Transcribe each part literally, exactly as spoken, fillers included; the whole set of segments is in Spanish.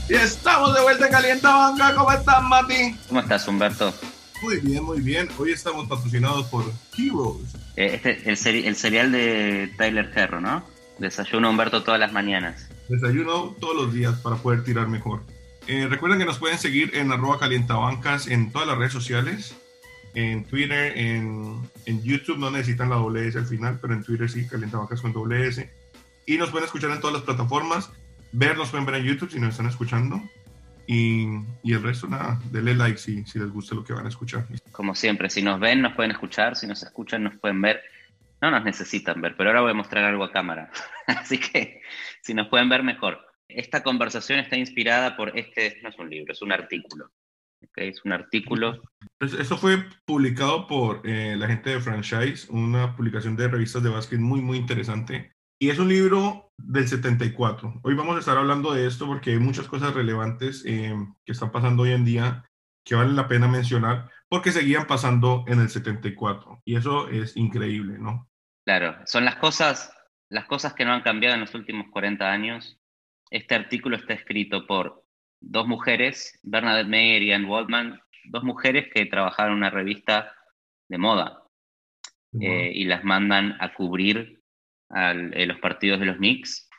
Y estamos de vuelta en Calienta Banca. ¿Cómo estás, Mati? ¿Cómo estás, Humberto? Muy bien, muy bien. Hoy estamos patrocinados por Heroes. Eh, este, el, ceri- el cereal de Tyler Herro, ¿no? Desayuno Humberto todas las mañanas. Desayuno todos los días para poder tirar mejor. Eh, recuerden que nos pueden seguir en arroba calientabancas en todas las redes sociales. En Twitter, en, en YouTube no necesitan la doble S al final, pero en Twitter sí, calientabancas con doble S. Y nos pueden escuchar en todas las plataformas. Ver, nos pueden ver en YouTube si nos están escuchando. Y, y el resto, nada, denle like si, si les gusta lo que van a escuchar. Como siempre, si nos ven, nos pueden escuchar. Si nos escuchan, nos pueden ver. No nos necesitan ver, pero ahora voy a mostrar algo a cámara. Así que, si nos pueden ver, mejor. Esta conversación está inspirada por este, no es un libro, es un artículo. ¿Okay? Es un artículo. Pues esto fue publicado por eh, la gente de Franchise, una publicación de revistas de básquet muy, muy interesante. Y es un libro del setenta y cuatro. Hoy vamos a estar hablando de esto porque hay muchas cosas relevantes eh, que están pasando hoy en día que valen la pena mencionar porque seguían pasando en el setenta y cuatro. Y eso es increíble, ¿no? Claro, son las cosas, las cosas que no han cambiado en los últimos cuarenta años. Este artículo está escrito por dos mujeres, Bernadette Meyer y Ann Waldman, dos mujeres que trabajaban en una revista de moda Wow. eh, y las mandan a cubrir al- eh, los partidos de los Knicks,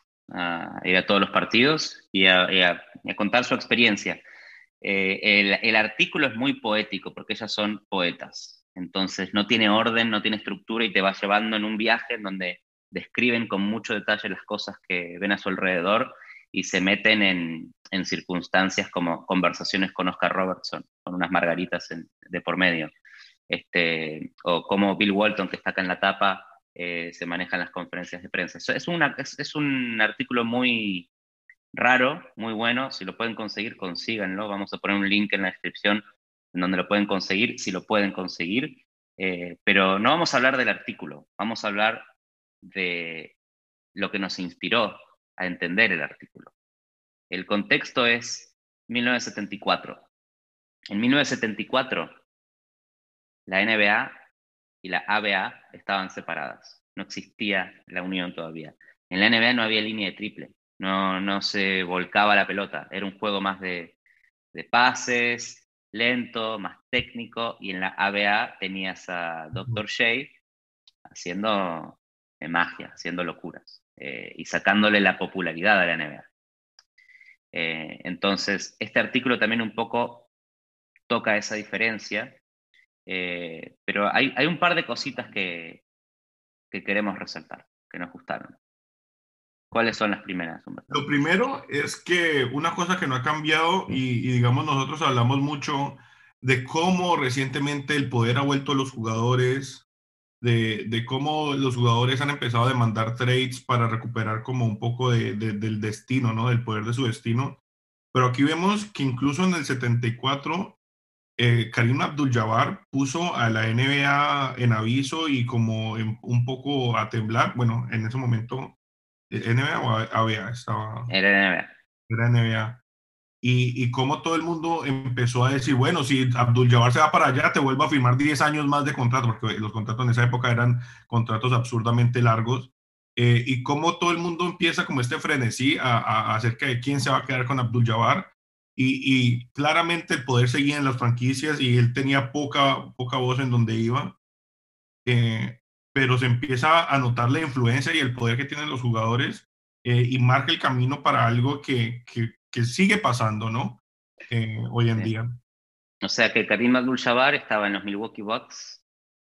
a ir a todos los partidos y a, y a- y a contar su experiencia. Eh, el, el artículo es muy poético porque ellas son poetas, entonces no tiene orden, no tiene estructura y te va llevando en un viaje en donde describen con mucho detalle las cosas que ven a su alrededor y se meten en, en circunstancias como conversaciones con Oscar Robertson, con unas margaritas en- de por medio, este, o como Bill Walton, que está acá en la tapa, eh, se manejan las conferencias de prensa. Es, una, es, es un artículo muy raro, muy bueno. Si lo pueden conseguir, consíganlo. Vamos a poner un link en la descripción en donde lo pueden conseguir, si lo pueden conseguir. Eh, pero no vamos a hablar del artículo, vamos a hablar de lo que nos inspiró a entender el artículo. El contexto es mil novecientos setenta y cuatro. En mil novecientos setenta y cuatro, la N B A y la A B A estaban separadas. No existía la unión todavía. En la N B A no había línea de triple, no, no se volcaba la pelota, era un juego más de, de pases, lento, más técnico, y en la A B A tenías a doctor J haciendo eh, magia, haciendo locuras, eh, y sacándole la popularidad a la N B A. Eh, entonces, este artículo también un poco toca esa diferencia, eh, pero hay, hay un par de cositas que, que queremos resaltar, que nos gustaron. ¿Cuáles son las primeras, Humberto? Lo primero es que una cosa que no ha cambiado y, y digamos nosotros hablamos mucho de cómo recientemente el poder ha vuelto a los jugadores, de, de cómo los jugadores han empezado a demandar trades para recuperar como un poco de, de- del destino, ¿no? Del poder de su destino. Pero aquí vemos que incluso en el setenta y cuatro, eh, Karim Abdul-Jabbar puso a la N B A en aviso y como en- un poco a temblar. Bueno, en ese momento, eh, N B A o A B A estaba, Era la N B A. era N B A. Y, y cómo todo el mundo empezó a decir, bueno, si Abdul-Jabbar se va para allá, te vuelvo a firmar diez años más de contrato, porque los contratos en esa época eran contratos absurdamente largos. Eh, y cómo todo el mundo empieza como este frenesí a, a, acerca de quién se va a quedar con Abdul-Jabbar. Y, y claramente el poder seguía en las franquicias y él tenía poca, poca voz en donde iba. Eh, pero se empieza a notar la influencia y el poder que tienen los jugadores, eh, y marca el camino para algo que, que, que sigue pasando, ¿no? Eh, hoy en ¿Sí? día. O sea que Karim Abdul-Jabbar estaba en los Milwaukee Bucks,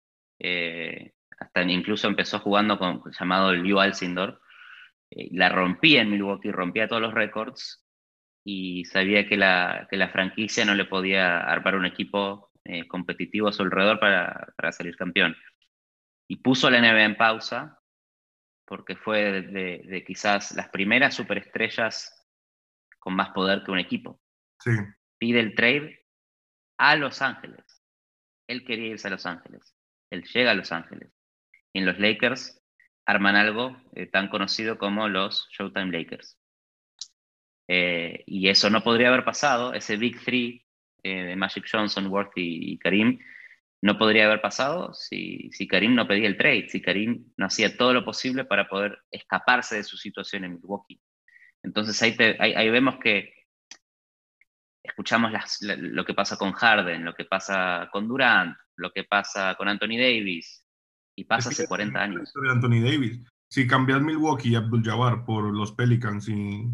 eh, hasta incluso empezó jugando con llamado Lew Alcindor, eh, la rompía en Milwaukee, rompía todos los récords y sabía que la, que la franquicia no le podía armar un equipo eh, competitivo a su alrededor para, para salir campeón. Y puso la N B A en pausa porque fue de, de, de quizás las primeras superestrellas con más poder que un equipo. Sí, Pide el trade a Los Ángeles. Él quería irse a Los Ángeles. Él llega a Los Ángeles. Y en los Lakers arman algo eh, tan conocido como los Showtime Lakers. Eh, y eso no podría haber pasado, ese Big Three eh, de Magic Johnson, Worthy y Karim, no podría haber pasado si, si Karim no pedía el trade, si Karim no hacía todo lo posible para poder escaparse de su situación en Milwaukee. Entonces ahí, te, ahí, ahí vemos que escuchamos las, lo que pasa con Harden, lo que pasa con Durant, lo que pasa con Anthony Davis, y Es pasa que hace cuarenta la años. historia de Anthony Davis. Si cambias Milwaukee y Abdul-Jabbar por los Pelicans y,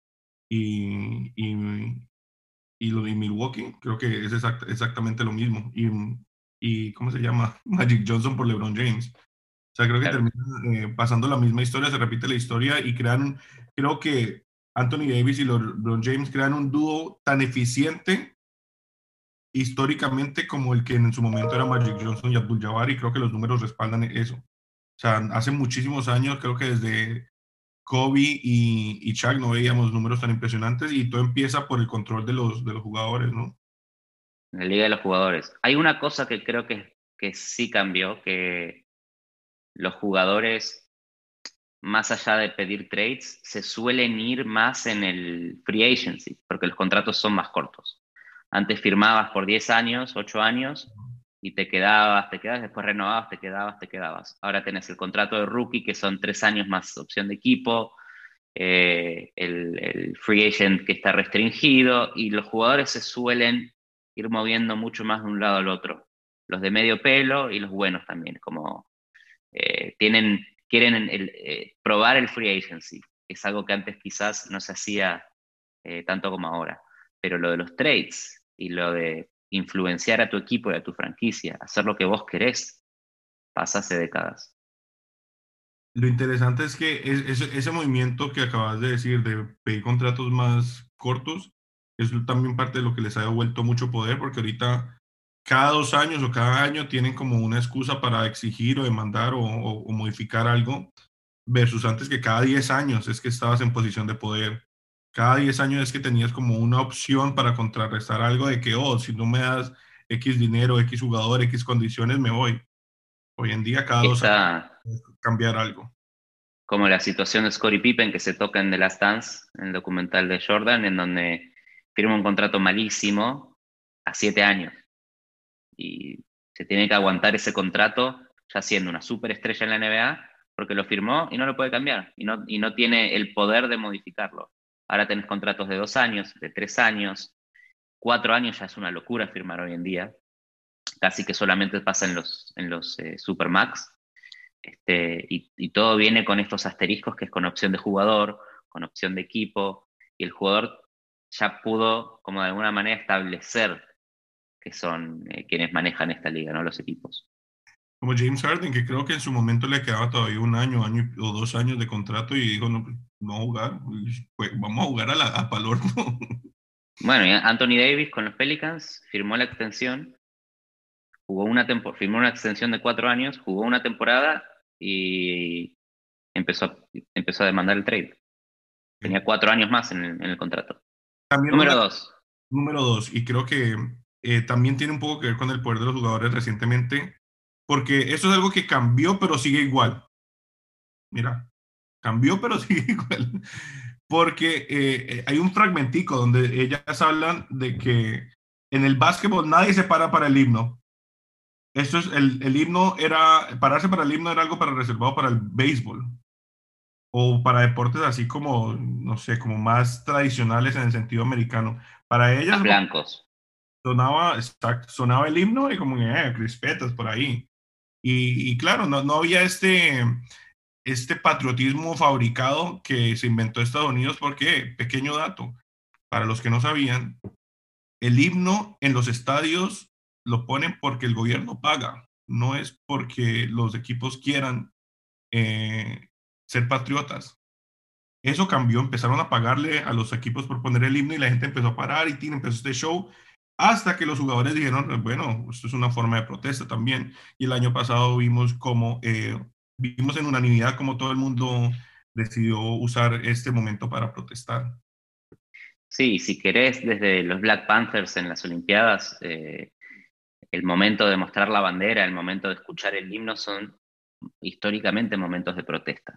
y, y, y lo de Milwaukee, creo que es exact- exactamente lo mismo. Y, y, ¿cómo se llama? Magic Johnson por LeBron James. O sea, creo que Claro. termina eh, pasando la misma historia, se repite la historia y crean un, creo que Anthony Davis y LeBron James crean un dúo tan eficiente históricamente como el que en su momento era Magic Johnson y Abdul-Jabbar, y creo que los números respaldan eso. O sea, hace muchísimos años, creo que desde Kobe y, y Shaq no veíamos números tan impresionantes, y todo empieza por el control de los, de los jugadores, ¿no? En la Liga de los Jugadores. Hay una cosa que creo que, que sí cambió, que los jugadores, más allá de pedir trades, se suelen ir más en el free agency, porque los contratos son más cortos. Antes firmabas por diez años, ocho años, y te quedabas, te quedabas, después renovabas, te quedabas, te quedabas. Ahora tenés el contrato de rookie, que son tres años más opción de equipo, eh, el, el free agent que está restringido, y los jugadores se suelen ir moviendo mucho más de un lado al otro. Los de medio pelo y los buenos también, como eh, tienen, quieren el, eh, probar el free agency, que es algo que antes quizás no se hacía eh, tanto como ahora. Pero lo de los trades y lo de influenciar a tu equipo y a tu franquicia, hacer lo que vos querés, pasa hace décadas. Lo interesante es que es- ese ese movimiento que acabas de decir de pedir contratos más cortos es también parte de lo que les ha devuelto mucho poder, porque ahorita cada dos años o cada año tienen como una excusa para exigir o demandar o, o- o modificar algo, versus antes que cada diez años es que estabas en posición de poder. Cada diez años es que tenías como una opción para contrarrestar algo de que, oh, si no me das X dinero, X jugador, X condiciones, me voy. Hoy en día, cada dos años Está puedes cambiar algo. como la situación de Scottie Pippen que se toca en The Last Dance, en el documental de Jordan, en donde firma un contrato malísimo a siete años y se tiene que aguantar ese contrato ya siendo una superestrella en la N B A porque lo firmó y no lo puede cambiar y no, y no tiene el poder de modificarlo. Ahora tenés contratos de dos años, de tres años, cuatro años ya es una locura firmar hoy en día, casi que solamente pasa en los, en los eh, Supermax. Este, y, y todo viene con estos asteriscos que es con opción de jugador, con opción de equipo, y el jugador ya pudo, como de alguna manera, establecer que son eh, quienes manejan esta liga, ¿no? Los equipos. Como James Harden, que creo que en su momento le quedaba todavía un año, año y- o dos años de contrato, y dijo, no, pues, no a jugar, pues, vamos a jugar a, la, a Palorto. Bueno, y Anthony Davis con los Pelicans firmó la extensión, jugó una tempo- firmó una extensión de cuatro años, jugó una temporada y empezó, a- empezó a demandar el trade. Tenía cuatro años más en el, en el contrato. También Número una, dos. número dos, y creo que eh, también tiene un poco que ver con el poder de los jugadores recientemente, porque eso es algo que cambió, pero sigue igual. Mira, cambió, pero sigue igual. Porque eh, eh, hay un fragmentico donde ellas hablan de que en el básquetbol nadie se para para el himno. Esto es, el, el himno era, pararse para el himno era algo para reservado para el béisbol o para deportes así como, no sé, como más tradicionales en el sentido americano. Para ellas Más blancos. sonaba, exacto, sonaba el himno y como, eh, crispetas por ahí. Y, y claro, no, no había este, este patriotismo fabricado que se inventó Estados Unidos porque, pequeño dato, para los que no sabían, el himno en los estadios lo ponen porque el gobierno paga, no es porque los equipos quieran eh, ser patriotas. Eso cambió, empezaron a pagarle a los equipos por poner el himno y la gente empezó a parar y tin, empezó este show hasta que los jugadores dijeron, bueno, esto es una forma de protesta también. Y el año pasado vimos como, eh, vimos en unanimidad como todo el mundo decidió usar este momento para protestar. Sí, si querés, desde los Black Panthers en las Olimpiadas, eh, el momento de mostrar la bandera, el momento de escuchar el himno son históricamente momentos de protesta.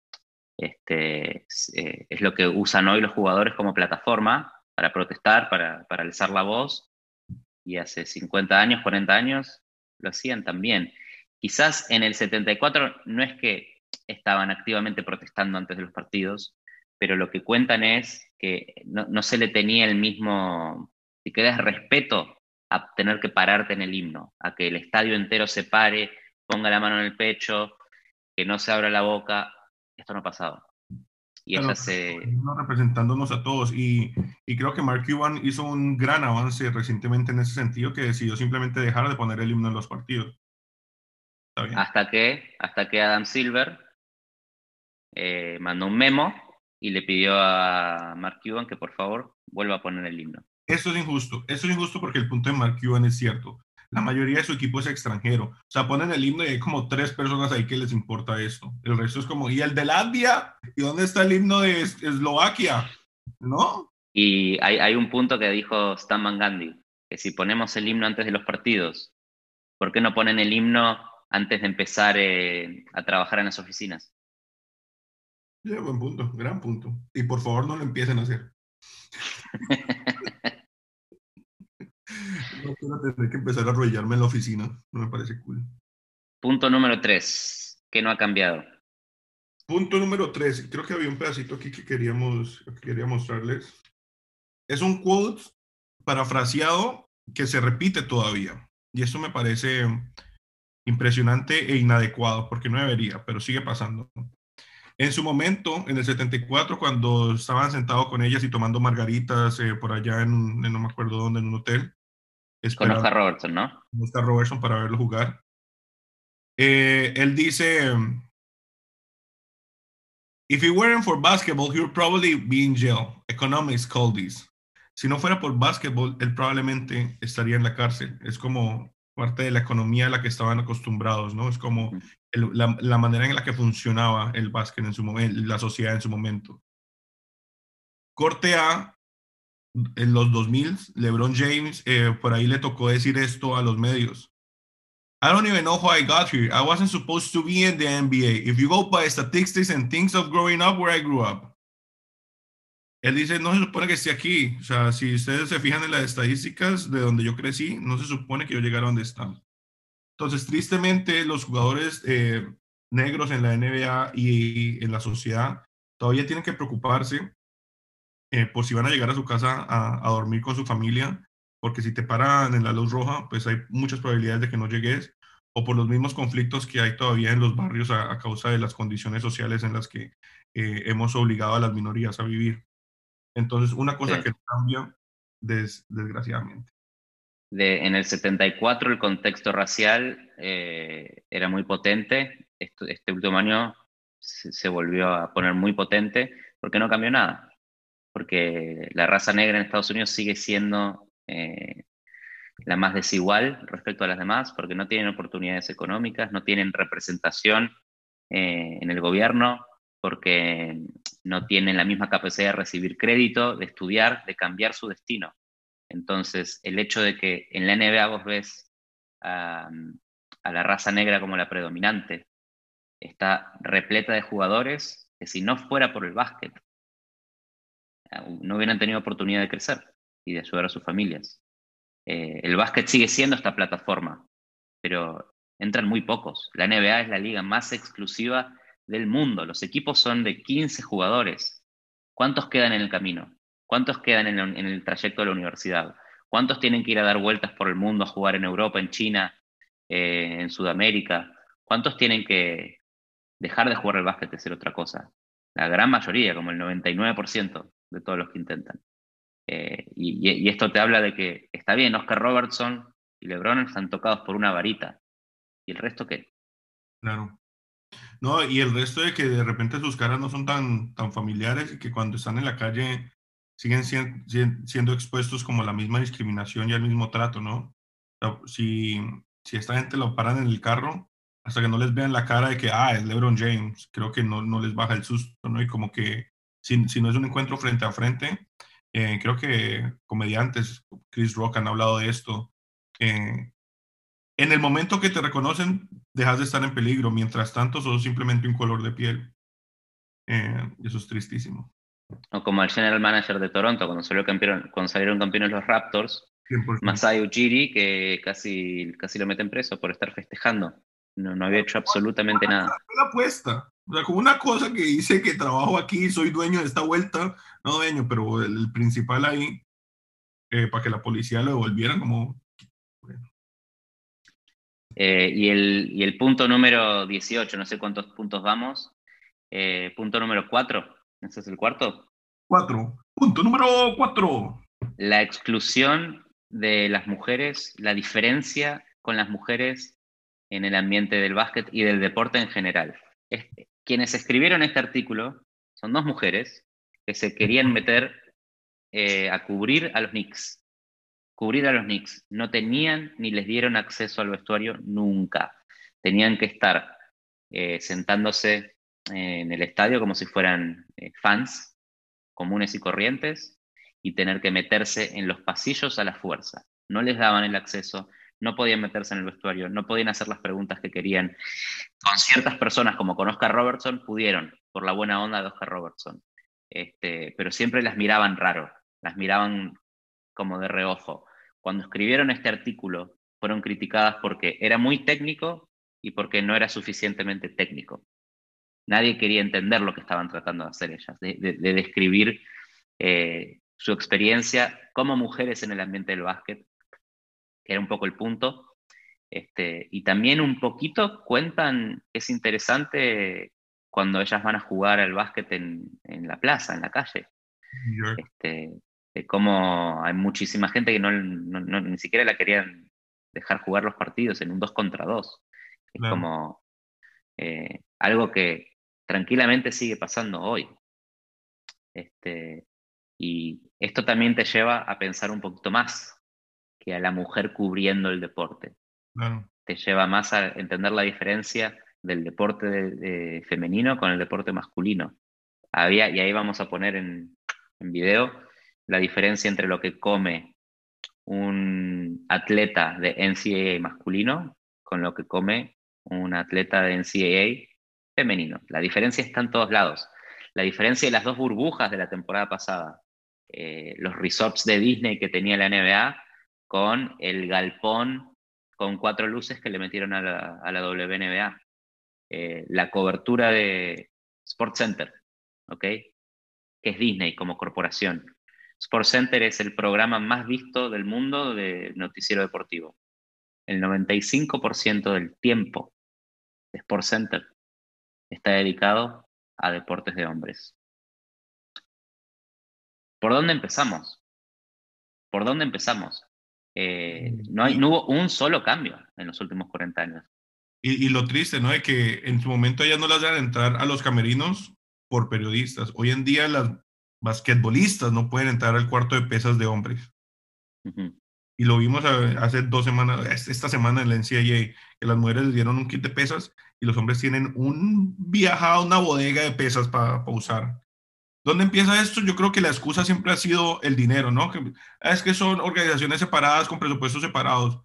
Este, es, eh, es lo que usan hoy los jugadores como plataforma para protestar, para, para alzar la voz, y hace cincuenta años, cuarenta años, lo hacían también. Quizás en el setenta y cuatro no es que estaban activamente protestando antes de los partidos, pero lo que cuentan es que no, no se le tenía el mismo si querés respeto a tener que pararte en el himno, a que el estadio entero se pare, ponga la mano en el pecho, que no se abra la boca, esto no ha pasado. Y Claro, ella se... no representándonos a todos. Y, y creo que Mark Cuban hizo un gran avance recientemente en ese sentido, que decidió simplemente dejar de poner el himno en los partidos. Está bien. Hasta que, hasta que Adam Silver eh, mandó un memo y le pidió a Mark Cuban que por favor vuelva a poner el himno. Eso es injusto. Eso es injusto porque el punto de Mark Cuban es cierto. La mayoría de su equipo es extranjero. O sea, ponen el himno y hay como tres personas ahí que les importa esto. El resto es como, ¿y el de Latvia? ¿Y dónde está el himno de Es- Eslovaquia? ¿No? Y hay, hay un punto que dijo Stan Van Gundy, que si ponemos el himno antes de los partidos, ¿por qué no ponen el himno antes de empezar eh, a trabajar en las oficinas? Ya, buen punto, gran punto. Y por favor no lo empiecen a hacer. No quiero tener que empezar a arrollarme en la oficina. No me parece cool. Punto número tres, que no ha cambiado. Punto número tres. Creo que había un pedacito aquí que queríamos, que quería mostrarles. Es un quote parafraseado que se repite todavía. Y eso me parece impresionante e inadecuado, porque no debería, pero sigue pasando. En su momento, en el setenta y cuatro, cuando estaban sentados con ellas y tomando margaritas eh, por allá en, en no me acuerdo dónde, en un hotel, Con esperando Oscar Robertson, ¿no? a Oscar Robertson para verlo jugar, eh, él dice, if it weren't for basketball, he would probably be in jail. Economics called this. Si no fuera por básquetbol, él probablemente estaría en la cárcel. Es como parte de la economía a la que estaban acostumbrados, ¿no? Es como el, la, la, manera en la que funcionaba el básquet en su momento, la sociedad en su momento. Corte A, en los dos mil, LeBron James, eh, por ahí le tocó decir esto a los medios. I don't even know how I got here. I wasn't supposed to be in the N B A. If you go by statistics and things of growing up where I grew up. Él dice, no se supone que esté aquí. O sea, si ustedes se fijan en las estadísticas de donde yo crecí, no se supone que yo llegara a donde estamos. Entonces, tristemente, los jugadores eh, negros en la N B A y en la sociedad todavía tienen que preocuparse eh, por si van a llegar a su casa a, a dormir con su familia, porque si te paran en la luz roja, pues hay muchas probabilidades de que no llegues, o por los mismos conflictos que hay todavía en los barrios a, a causa de las condiciones sociales en las que eh, hemos obligado a las minorías a vivir. Entonces, una cosa Sí. que cambia, des, desgraciadamente. De, en el setenta y cuatro el contexto racial eh, era muy potente. Este, este último año se, se volvió a poner muy potente porque no cambió nada. Porque la raza negra en Estados Unidos sigue siendo eh, la más desigual respecto a las demás, porque no tienen oportunidades económicas, no tienen representación eh, en el gobierno, porque no tienen la misma capacidad de recibir crédito, de estudiar, de cambiar su destino. Entonces, el hecho de que en la N B A vos ves a, a la raza negra como la predominante, está repleta de jugadores que si no fuera por el básquet, no hubieran tenido oportunidad de crecer y de ayudar a sus familias. Eh, el básquet sigue siendo esta plataforma, pero entran muy pocos. La N B A es la liga más exclusiva del mundo. Los equipos son de quince jugadores. ¿Cuántos quedan en el camino? ¿Cuántos quedan en, la, en el trayecto de la universidad? ¿Cuántos tienen que ir a dar vueltas por el mundo a jugar en Europa, en China, eh, en Sudamérica? ¿Cuántos tienen que dejar de jugar al básquet y hacer otra cosa? La gran mayoría, como el noventa y nueve por ciento de todos los que intentan. Eh, y, y esto te habla de que está bien, Oscar Robertson y LeBron están tocados por una varita. ¿Y el resto qué? Claro. No, y el resto de que de repente sus caras no son tan, tan familiares y que cuando están en la calle siguen sien, sien, siendo expuestos como a la misma discriminación y al mismo trato, ¿no? O sea, si, si esta gente lo paran en el carro, hasta que no les vean la cara de que, ah, es LeBron James, creo que no, no les baja el susto, ¿no? Y como que si, si no es un encuentro frente a frente, eh, creo que comediantes, Chris Rock han hablado de esto, eh, en el momento que te reconocen, dejas de estar en peligro. Mientras tanto, sos simplemente un color de piel. Eh, eso es tristísimo. O como el general manager de Toronto, cuando, salió campeón, cuando salieron campeones los Raptors, cien por ciento. Masai Ujiri, que casi, casi lo meten preso por estar festejando. No, no había hecho absolutamente nada. La apuesta. O sea, como una cosa que dice que trabajo aquí, soy dueño de esta vuelta, no dueño, pero el, el principal ahí eh, para que la policía lo devolvieran como... Bueno. Eh, y, el, y el punto número dieciocho, no sé cuántos puntos vamos. Eh, punto número cuatro, ¿ese es el cuarto? Cuatro. Punto número cuatro. La exclusión de las mujeres, la diferencia con las mujeres en el ambiente del básquet y del deporte en general. Es, quienes escribieron este artículo son dos mujeres que se querían meter eh, a cubrir a los Knicks. Cubrir a los Knicks. No tenían ni les dieron acceso al vestuario nunca. Tenían que estar eh, sentándose en el estadio como si fueran eh, fans comunes y corrientes y tener que meterse en los pasillos a la fuerza. No les daban el acceso, no podían meterse en el vestuario, no podían hacer las preguntas que querían. Con ciertas personas, como con Oscar Robertson, pudieron, por la buena onda de Oscar Robertson. Este, pero siempre las miraban raro, las miraban como de reojo. Cuando escribieron este artículo, fueron criticadas porque era muy técnico y porque no era suficientemente técnico. Nadie quería entender lo que estaban tratando de hacer ellas, de, de, de describir eh, su experiencia como mujeres en el ambiente del básquet, que era un poco el punto. Este, y también un poquito cuentan, es interesante cuando ellas van a jugar al básquet en, en la plaza, en la calle. New York. Este, de cómo hay muchísima gente que no, no, no, ni siquiera la querían dejar jugar los partidos en un dos contra dos. Es Claro. como eh, algo que tranquilamente sigue pasando hoy. Este, y esto también te lleva a pensar un poquito más que a la mujer cubriendo el deporte. Claro. Te lleva más a entender la diferencia del deporte de, de femenino con el deporte masculino. Había, y ahí vamos a poner en, en video la diferencia entre lo que come un atleta de N C A A masculino con lo que come un atleta de N C A A femenino. La diferencia está en todos lados. La diferencia de las dos burbujas de la temporada pasada, eh, los resorts de Disney que tenía la N B A con el galpón con cuatro luces que le metieron a la, a la W N B A. Eh, la cobertura de SportsCenter, ¿ok? Que es Disney como corporación. SportsCenter es el programa más visto del mundo de noticiero deportivo. El noventa y cinco por ciento del tiempo de SportsCenter está dedicado a deportes de hombres. ¿Por dónde empezamos? ¿Por dónde empezamos? Eh, no, hay, Y, no hubo un solo cambio en los últimos cuarenta años. y, y lo triste, ¿no? De que en su momento ya no las dejan entrar a los camerinos por periodistas. Hoy en día las basquetbolistas no pueden entrar al cuarto de pesas de hombres. Uh-huh. Y lo vimos a- hace dos semanas, esta semana en la N C A A, que las mujeres les dieron un kit de pesas y los hombres tienen un viajado, una bodega de pesas para usar. ¿Dónde empieza esto? Yo creo que la excusa siempre ha sido el dinero, ¿no? Que, es que son organizaciones separadas con presupuestos separados.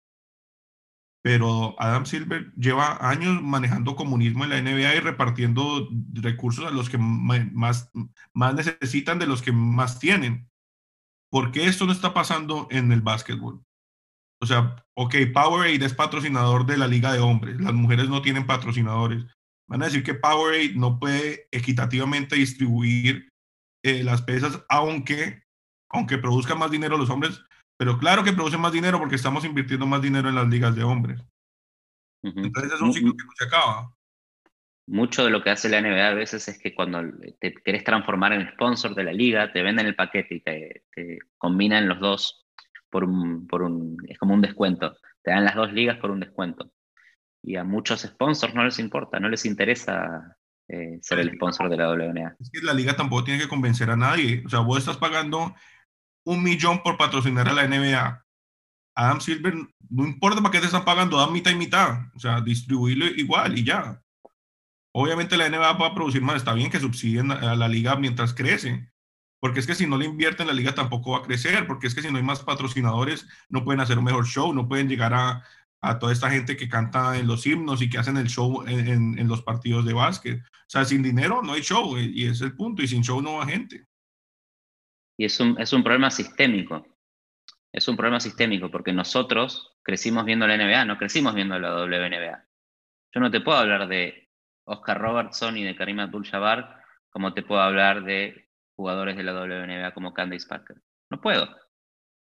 Pero Adam Silver lleva años manejando comunismo en la N B A y repartiendo recursos a los que ma- más, más necesitan de los que más tienen. ¿Por qué esto no está pasando en el básquetbol? O sea, ok, Powerade es patrocinador de la liga de hombres, las mujeres no tienen patrocinadores. Van a decir que Powerade no puede equitativamente distribuir eh, las pesas, aunque, aunque produzcan más dinero los hombres, pero claro que producen más dinero porque estamos invirtiendo más dinero en las ligas de hombres. Uh-huh. Entonces es un ciclo que no se acaba. Mucho de lo que hace la N B A a veces es que cuando te querés transformar en sponsor de la liga, te venden el paquete y te, te combinan los dos por un, por un, es como un descuento. Te dan las dos ligas por un descuento. Y a muchos sponsors no les importa, no les interesa eh, ser Es el que, sponsor de la W N A. es que la liga tampoco tiene que convencer a nadie. O sea, vos estás pagando un millón por patrocinar a la N B A. Adam Silver, no importa para qué te están pagando, da mitad y mitad. O sea, distribuirlo igual y ya. Obviamente la N B A va a producir más, está bien que subsidien a la liga mientras crece, porque es que si no le invierten la liga tampoco va a crecer, porque es que si no hay más patrocinadores no pueden hacer un mejor show, no pueden llegar a, a toda esta gente que canta en los himnos y que hacen el show en, en, en los partidos de básquet. O sea, sin dinero no hay show y ese es el punto, y sin show no va gente. Y es un, es un problema sistémico. Es un problema sistémico porque nosotros crecimos viendo la N B A, no crecimos viendo la W N B A. Yo no te puedo hablar de Oscar Robertson y de Kareem Abdul-Jabbar como te puedo hablar de jugadores de la W N B A como Candace Parker. No puedo.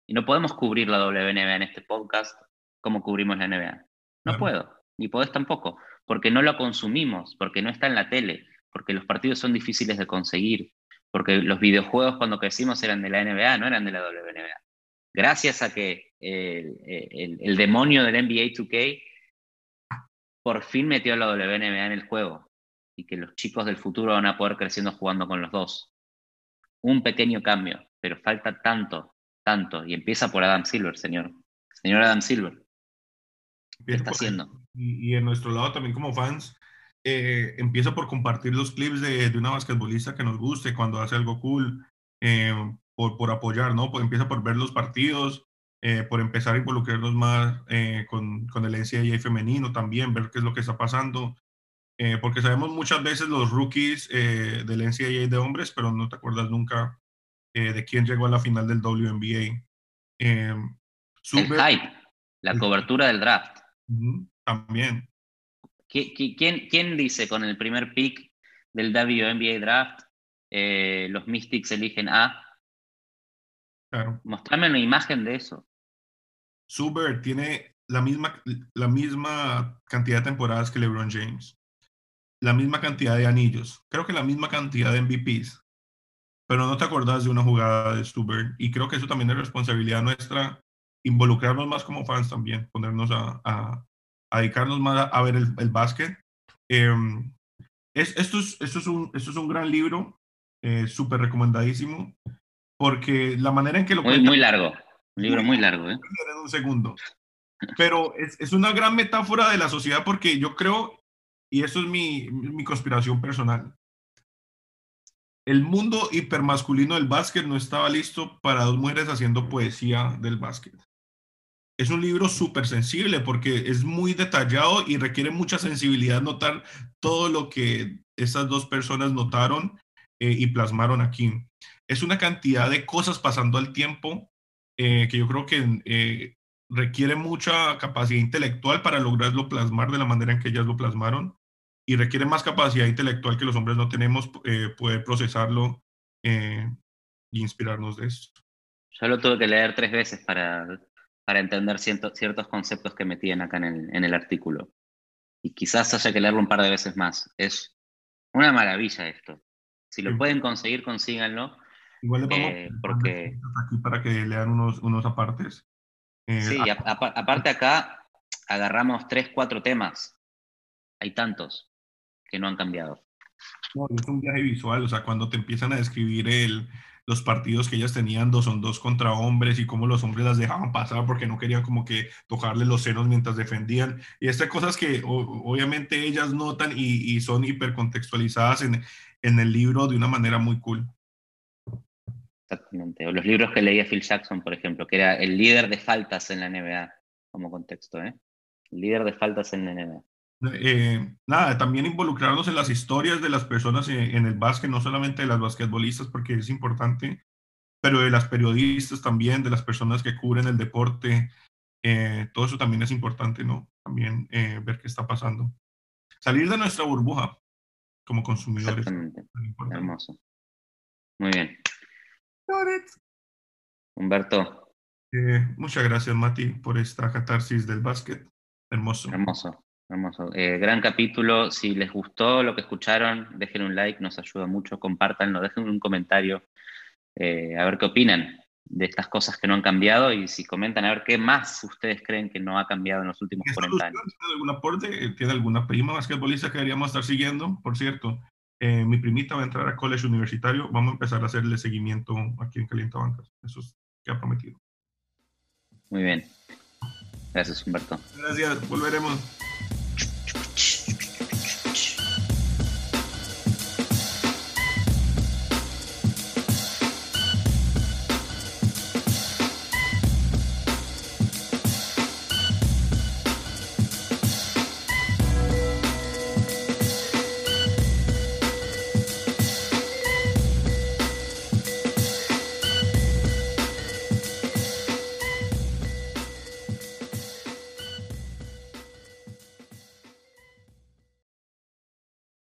Y no podemos cubrir la W N B A en este podcast como cubrimos la N B A. No Claro. puedo, ni podés tampoco, porque no lo consumimos, porque no está en la tele, porque los partidos son difíciles de conseguir, porque los videojuegos cuando crecimos eran de la N B A, no eran de la W N B A. Gracias a que el, el, el demonio del N B A dos K por fin metió a la W N B A en el juego y que los chicos del futuro van a poder creciendo jugando con los dos. Un pequeño cambio, pero falta tanto, tanto, y empieza por Adam Silver, señor. Señor Adam Silver, ¿qué Empieza está por ahí. haciendo? Y, y en nuestro lado también como fans, eh, empieza por compartir los clips de, de una basquetbolista que nos guste cuando hace algo cool, eh, por, por apoyar, ¿no? Pues empieza por ver los partidos, eh, por empezar a involucrarnos más eh, con, con el N C A A femenino también, ver qué es lo que está pasando, eh, porque sabemos muchas veces los rookies eh, del N C A A de hombres, pero no te acuerdas nunca eh, de quién llegó a la final del W N B A. Eh, El Super, hype, la cobertura del draft. uh, también. ¿Quién, quién dice con el primer pick del W N B A Draft, eh, los Mystics eligen A? Claro. Mostrame una imagen de eso. Subert tiene la misma, la misma cantidad de temporadas que LeBron James, la misma cantidad de anillos, creo que la misma cantidad de M V Ps, pero no te acordás de una jugada de Subert. Y creo que eso también es responsabilidad nuestra, involucrarnos más como fans también, ponernos a, a, a dedicarnos más a, a ver el, el básquet. Eh, es, esto, es, esto, es un, esto es un gran libro, eh, súper recomendadísimo, porque la manera en que lo Muy, cuenta muy largo. Un libro muy muy largo, ¿eh? en un segundo. Pero es, es una gran metáfora de la sociedad porque yo creo, y eso es mi, mi conspiración personal, el mundo hipermasculino del básquet no estaba listo para dos mujeres haciendo poesía del básquet. Es un libro súper sensible porque es muy detallado y requiere mucha sensibilidad notar todo lo que estas dos personas notaron eh, y plasmaron aquí. Es una cantidad de cosas pasando al tiempo eh, que yo creo que eh, requiere mucha capacidad intelectual para lograrlo plasmar de la manera en que ellas lo plasmaron y requiere más capacidad intelectual que los hombres no tenemos, eh, poder procesarlo eh, y inspirarnos de esto. Yo lo tuve que leer tres veces para, para entender cierto, ciertos conceptos que metían acá en el, en el artículo. Y quizás haya que leerlo un par de veces más. Es una maravilla esto. Si lo pueden conseguir, consíganlo. Igual les vamos a Eh, poner porque aquí para que lean unos, unos apartes. Eh, sí, a, a, aparte acá agarramos tres, cuatro temas. Hay tantos que no han cambiado. no, es un viaje visual, o sea, cuando te empiezan a describir el, los partidos que ellas tenían dos son dos contra hombres y cómo los hombres las dejaban pasar porque no querían como que tocarle los senos mientras defendían. Y estas cosas que o, obviamente ellas notan y, y son hipercontextualizadas en, en el libro de una manera muy cool. Exactamente. O los libros que leía Phil Jackson, por ejemplo, que era el líder de faltas en la N B A, como contexto, ¿eh? El líder de faltas en la N B A. Eh, nada, también involucrarnos en las historias de las personas en, en el básquet, no solamente de las basquetbolistas, porque es importante, pero de las periodistas también, de las personas que cubren el deporte, eh, todo eso también es importante, ¿no? También eh, ver qué está pasando. Salir de nuestra burbuja como consumidores, ¿no? Exactamente. Es importante. Hermoso. Muy bien. Humberto, Eh, muchas gracias, Mati, por esta catarsis del básquet. Hermoso. hermoso, hermoso. Eh, gran capítulo. Si les gustó lo que escucharon, dejen un like, nos ayuda mucho. Compártanlo, dejen un comentario, eh, a ver qué opinan de estas cosas que no han cambiado y si comentan a ver qué más ustedes creen que no ha cambiado en los últimos ¿Qué cuarenta solución? años. ¿Tiene algún aporte? ¿Tiene alguna prima basquetbolista que deberíamos estar siguiendo? Por cierto, eh, mi primita va a entrar a college universitario. Vamos a empezar a hacerle seguimiento aquí en Calientabancas. Eso es que ha prometido. Muy bien. Gracias, Humberto. Gracias. Volveremos.